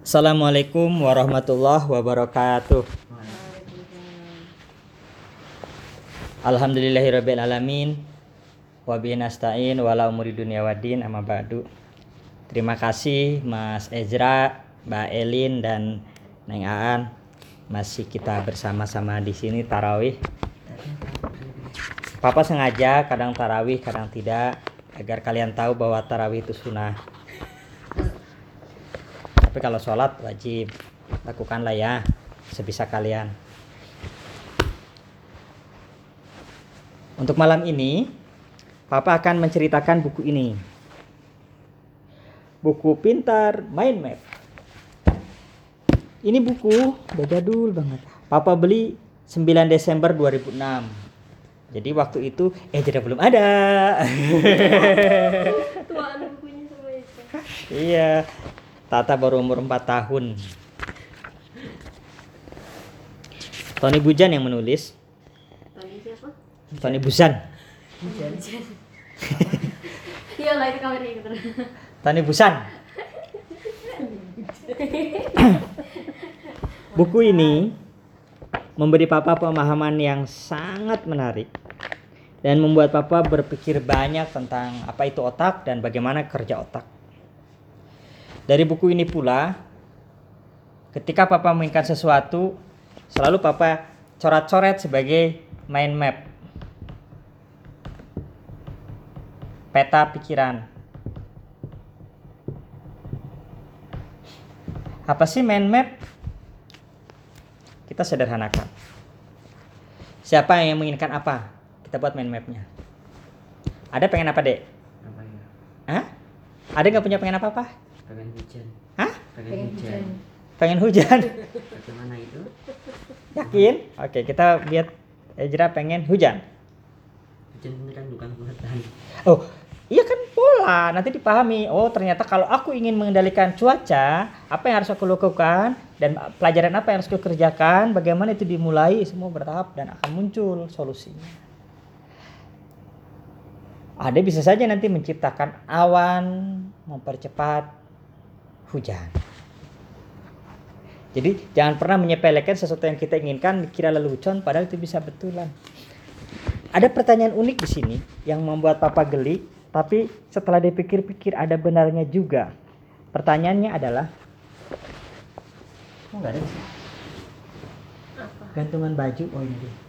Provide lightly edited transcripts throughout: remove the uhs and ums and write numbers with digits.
Assalamualaikum warahmatullahi wabarakatuh. Alhamdulillahirabbil alamin. Wa bihi nasta'in wala umuri dunya waddin amma ba'du. Terima kasih Mas Ezra, Mbak Elin dan Neng Aan. Masih kita bersama-sama di sini tarawih. Papa sengaja kadang tarawih, kadang tidak, agar kalian tahu bahwa tarawih itu sunnah. Tapi kalau sholat wajib, lakukanlah ya sebisa kalian. Untuk malam ini Papa akan menceritakan buku ini, buku Pintar Mind Map. Ini buku udah jadul banget. Papa beli 9 Desember 2006. Jadi waktu itu Ejra belum ada. Tuaan bukunya sama itu. Iya, Tata baru umur 4 tahun. Tony Bujan yang menulis. Tony siapa? Tony Busan. Iya lah itu kameranya gitu. Tony Busan. Buku ini memberi Papa pemahaman yang sangat menarik dan membuat Papa berpikir banyak tentang apa itu otak dan bagaimana kerja otak. Dari buku ini pula, ketika Papa menginginkan sesuatu, selalu Papa coret-coret sebagai mind map, peta pikiran. Apa sih mind map? Kita sederhanakan. Siapa yang menginginkan apa? Kita buat mind mapnya. Ada pengen apa, Dek? Apa ya? Hah? Ada nggak punya pengen apa-apa? Pengen hujan. Hah? Pengen hujan. Pengen hujan? Bagaimana itu? Yakin? Oke, kita lihat Ejra pengen hujan. Hujan ini kan bukan buatan. Oh, iya kan pola. Nanti dipahami. Oh, ternyata kalau aku ingin mengendalikan cuaca, apa yang harus aku lakukan dan pelajaran apa yang harus aku kerjakan, bagaimana itu dimulai, semua bertahap dan akan muncul solusinya. Ada bisa saja nanti menciptakan awan, mempercepat hujan. Jadi jangan pernah menyepelekan sesuatu yang kita inginkan dikira lelucon padahal itu bisa betulan. Ada pertanyaan unik di sini yang membuat Papa geli, tapi setelah dipikir-pikir ada benarnya juga. Pertanyaannya adalah, oh nggak ada di sini. Apa? Gantungan baju, oh ini dia.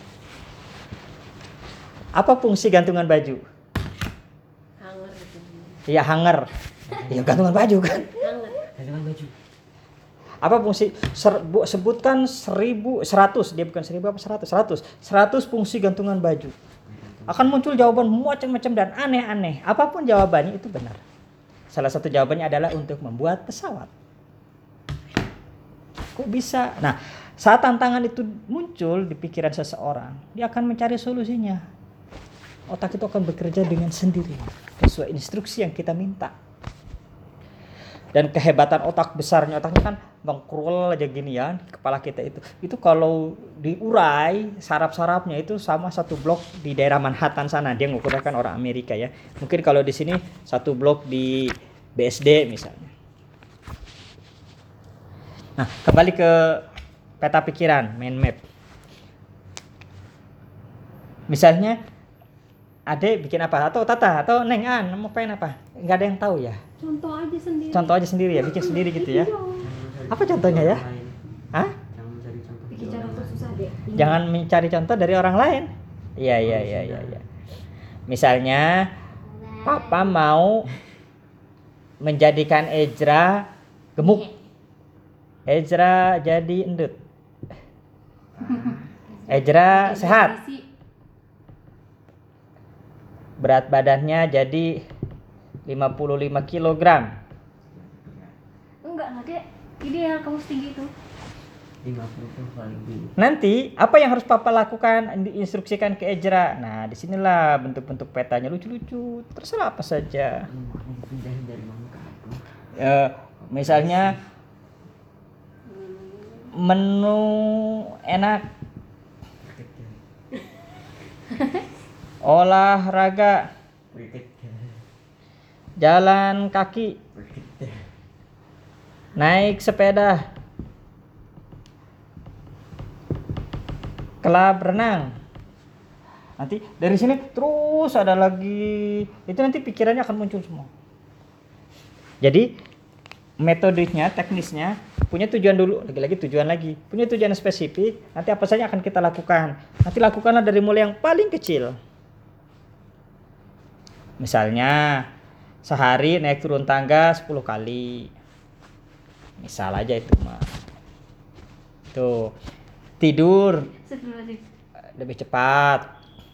Apa fungsi gantungan baju? Hanger gitu. Iya hanger. Iya gantungan baju kan. Hanger. Gantungan baju. Apa fungsi sebutkan 100, dia bukan 1000 apa 100 fungsi gantungan baju. Akan muncul jawaban macam-macam dan aneh-aneh. Apapun jawabannya itu benar. Salah satu jawabannya adalah untuk membuat pesawat. Kok bisa? Nah, saat tantangan itu muncul di pikiran seseorang, dia akan mencari solusinya. Otak itu akan bekerja dengan sendiri sesuai instruksi yang kita minta. Dan kehebatan otak besarnya, otaknya kan mengkrul aja gini ya, kepala kita itu kalau diurai saraf-sarafnya itu sama satu blok di daerah Manhattan sana. Dia ngukurkan orang Amerika ya. Mungkin kalau di sini satu blok di BSD misalnya. Nah, kembali ke peta pikiran, mind map. Misalnya Ade bikin apa? Atau Tata atau Neng An mau pengen apa? Nggak ada yang tahu ya. Contoh aja sendiri. Contoh aja sendiri ya, bikin sendiri gitu ya. Iya. Apa contohnya ya? Hah? Jangan mencari contoh. Bikin contoh susah deh. Jangan mencari contoh dari orang lain. Iya. Misalnya Papa mau menjadikan Ejra gemuk. Ejra jadi endut. Ejra sehat. Berat badannya jadi 55 kg. Enggak lah dek. Ideal kamu setinggi itu. 50 tuh paling tinggi. Nanti apa yang harus Papa lakukan? Diinstruksikan ke Ejra. Nah, disinilah bentuk-bentuk petanya lucu-lucu. Terserah apa saja. Pindahin dari mana ke aku? Misalnya menu enak, olahraga, jalan kaki, naik sepeda, klub renang. Nanti dari sini terus ada lagi, itu nanti pikirannya akan muncul semua. Jadi metodenya, teknisnya punya tujuan dulu, lagi-lagi tujuan lagi, punya tujuan spesifik. Nanti apa saja akan kita lakukan. Nanti lakukanlah dari mulai yang paling kecil. Misalnya sehari naik turun tangga 10 kali. Misal aja itu mah. Tuh. Tidur lebih cepat.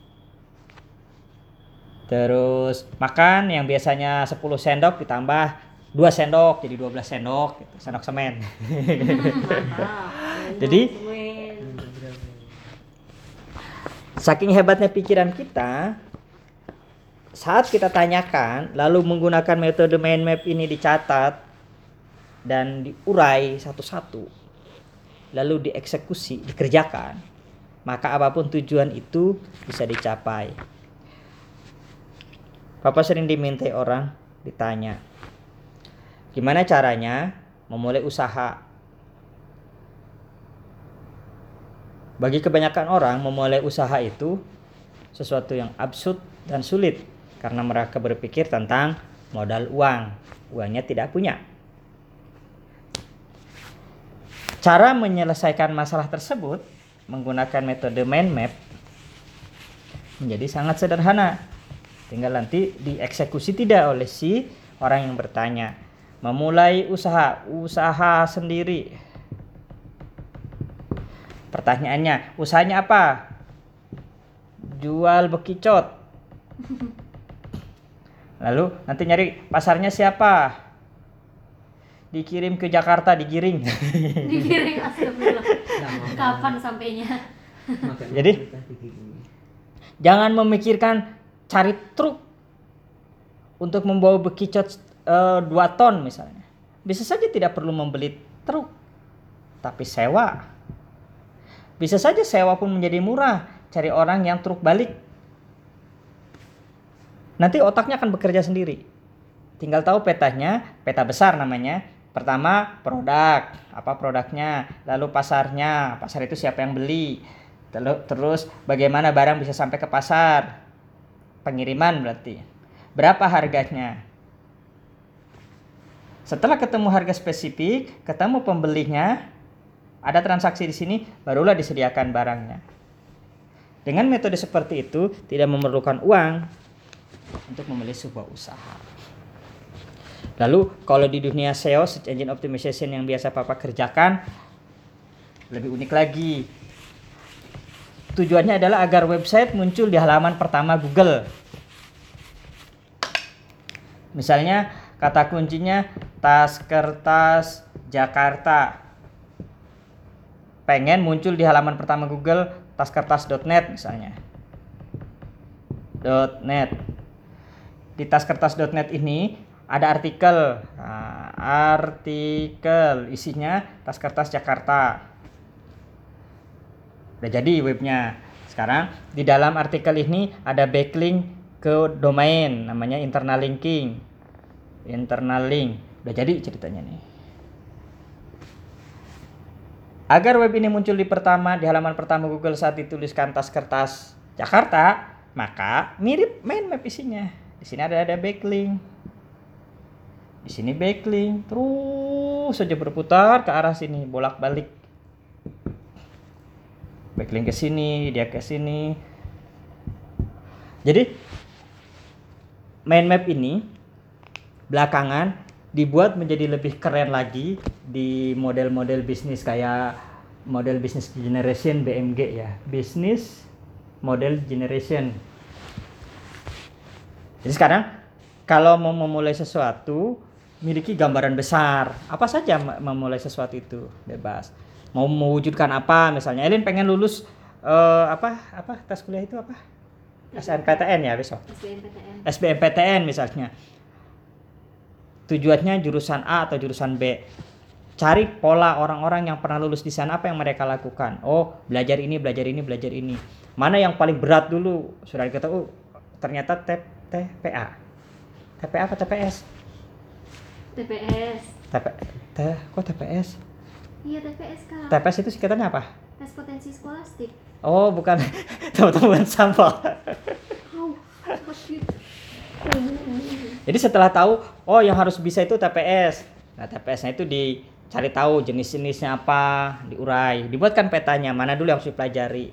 Terus makan yang biasanya 10 sendok ditambah 2 sendok jadi 12 sendok gitu. Sendok semen. Mantap. Jadi Semen. saking hebatnya pikiran kita, saat kita tanyakan lalu menggunakan metode mind map ini dicatat dan diurai satu-satu, lalu dieksekusi, dikerjakan, maka apapun tujuan itu bisa dicapai. Papa sering dimintai orang, ditanya, gimana caranya memulai usaha? Bagi kebanyakan orang, memulai usaha itu sesuatu yang absurd dan sulit karena mereka berpikir tentang modal uang. Uangnya tidak punya. Cara menyelesaikan masalah tersebut menggunakan metode mind map menjadi sangat sederhana. Tinggal nanti dieksekusi tidak oleh si orang yang bertanya. Memulai usaha sendiri. Pertanyaannya, usahanya apa? Jual bekicot. Lalu nanti nyari pasarnya siapa? Dikirim ke Jakarta, digiring. Digiring, astagfirullah. Kapan sampainya? Jadi jangan memikirkan cari truk untuk membawa bekicot 2 ton misalnya. Bisa saja tidak perlu membeli truk, tapi sewa. Bisa saja sewa pun menjadi murah, cari orang yang truk balik. Nanti otaknya akan bekerja sendiri. Tinggal tahu petanya, peta besar namanya. Pertama produk, apa produknya, lalu pasarnya, pasar itu siapa yang beli, terus bagaimana barang bisa sampai ke pasar, pengiriman berarti, berapa harganya. Setelah ketemu harga spesifik, ketemu pembelinya, ada transaksi di sini, barulah disediakan barangnya. Dengan metode seperti itu tidak memerlukan uang untuk memulai sebuah usaha. Lalu kalau di dunia SEO, Search Engine Optimization yang biasa Papa kerjakan, lebih unik lagi. Tujuannya adalah agar website muncul di halaman pertama Google. Misalnya kata kuncinya tas kertas Jakarta. Pengen muncul di halaman pertama Google taskertas.net misalnya. .net. Di taskertas.net ini ada artikel. Nah, artikel isinya tas kertas Jakarta. Udah jadi webnya. Sekarang di dalam artikel ini ada backlink ke domain namanya internal linking. Internal link. Udah jadi ceritanya nih. Agar web ini muncul di halaman pertama Google saat dituliskan tas kertas Jakarta, maka mirip mind map isinya. Di sini ada backlink. Di sini backlink, terus saja berputar ke arah sini, bolak-balik. Backlink ke sini, dia ke sini. Jadi mind map ini belakangan dibuat menjadi lebih keren lagi di model-model bisnis kayak model business generation BMG ya, business model generation. Jadi sekarang kalau mau memulai sesuatu, miliki gambaran besar. Apa saja memulai sesuatu itu bebas. Mau mewujudkan apa? Misalnya Elin pengen lulus tes kuliah itu apa? SNPTN ya besok. SBMPTN misalnya. Tujuannya jurusan A atau jurusan B. Cari pola orang-orang yang pernah lulus di sana, apa yang mereka lakukan. Oh, belajar ini. Mana yang paling berat dulu? Sudah diketahui, ternyata TPA. TPA apa TPS? TPS. Kok TPS? Iya TPS kak. TPS itu singkatannya apa? Tes potensi skolastik. Oh, bukan. Teman-teman sampel. Cepet gitu. Jadi setelah tahu, oh yang harus bisa itu TPS. Nah, TPS-nya itu dicari tahu jenis-jenisnya apa, diurai, dibuatkan petanya, mana dulu yang harus dipelajari.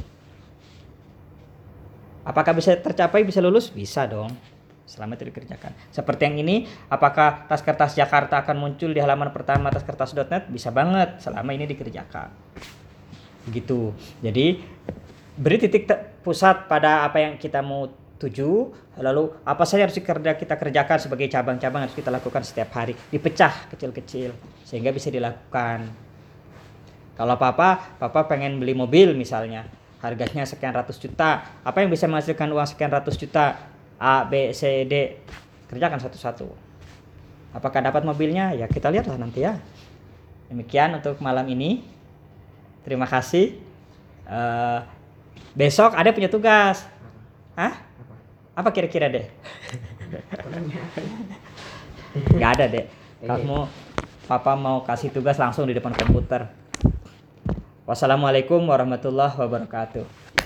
Apakah bisa tercapai, bisa lulus? Bisa dong. Selama itu dikerjakan. Seperti yang ini, apakah tas kertas Jakarta akan muncul di halaman pertama taskertas.net? Bisa banget selama ini dikerjakan. Begitu. Jadi beri titik pusat pada apa yang kita mau tuju, lalu apa saja harus kita kerjakan sebagai cabang-cabang harus kita lakukan setiap hari, dipecah kecil-kecil sehingga bisa dilakukan. Kalau papa pengen beli mobil misalnya, harganya sekian ratus juta, apa yang bisa menghasilkan uang sekian ratus juta? A, B, C, D, kerjakan satu-satu. Apakah dapat mobilnya? Ya kita lihatlah nanti ya. Demikian untuk malam ini. Terima kasih. Besok ada punya tugas. Hah? Apa kira-kira deh? Gak ada deh. Kamu, papa mau kasih tugas langsung di depan komputer. Wassalamualaikum warahmatullahi wabarakatuh.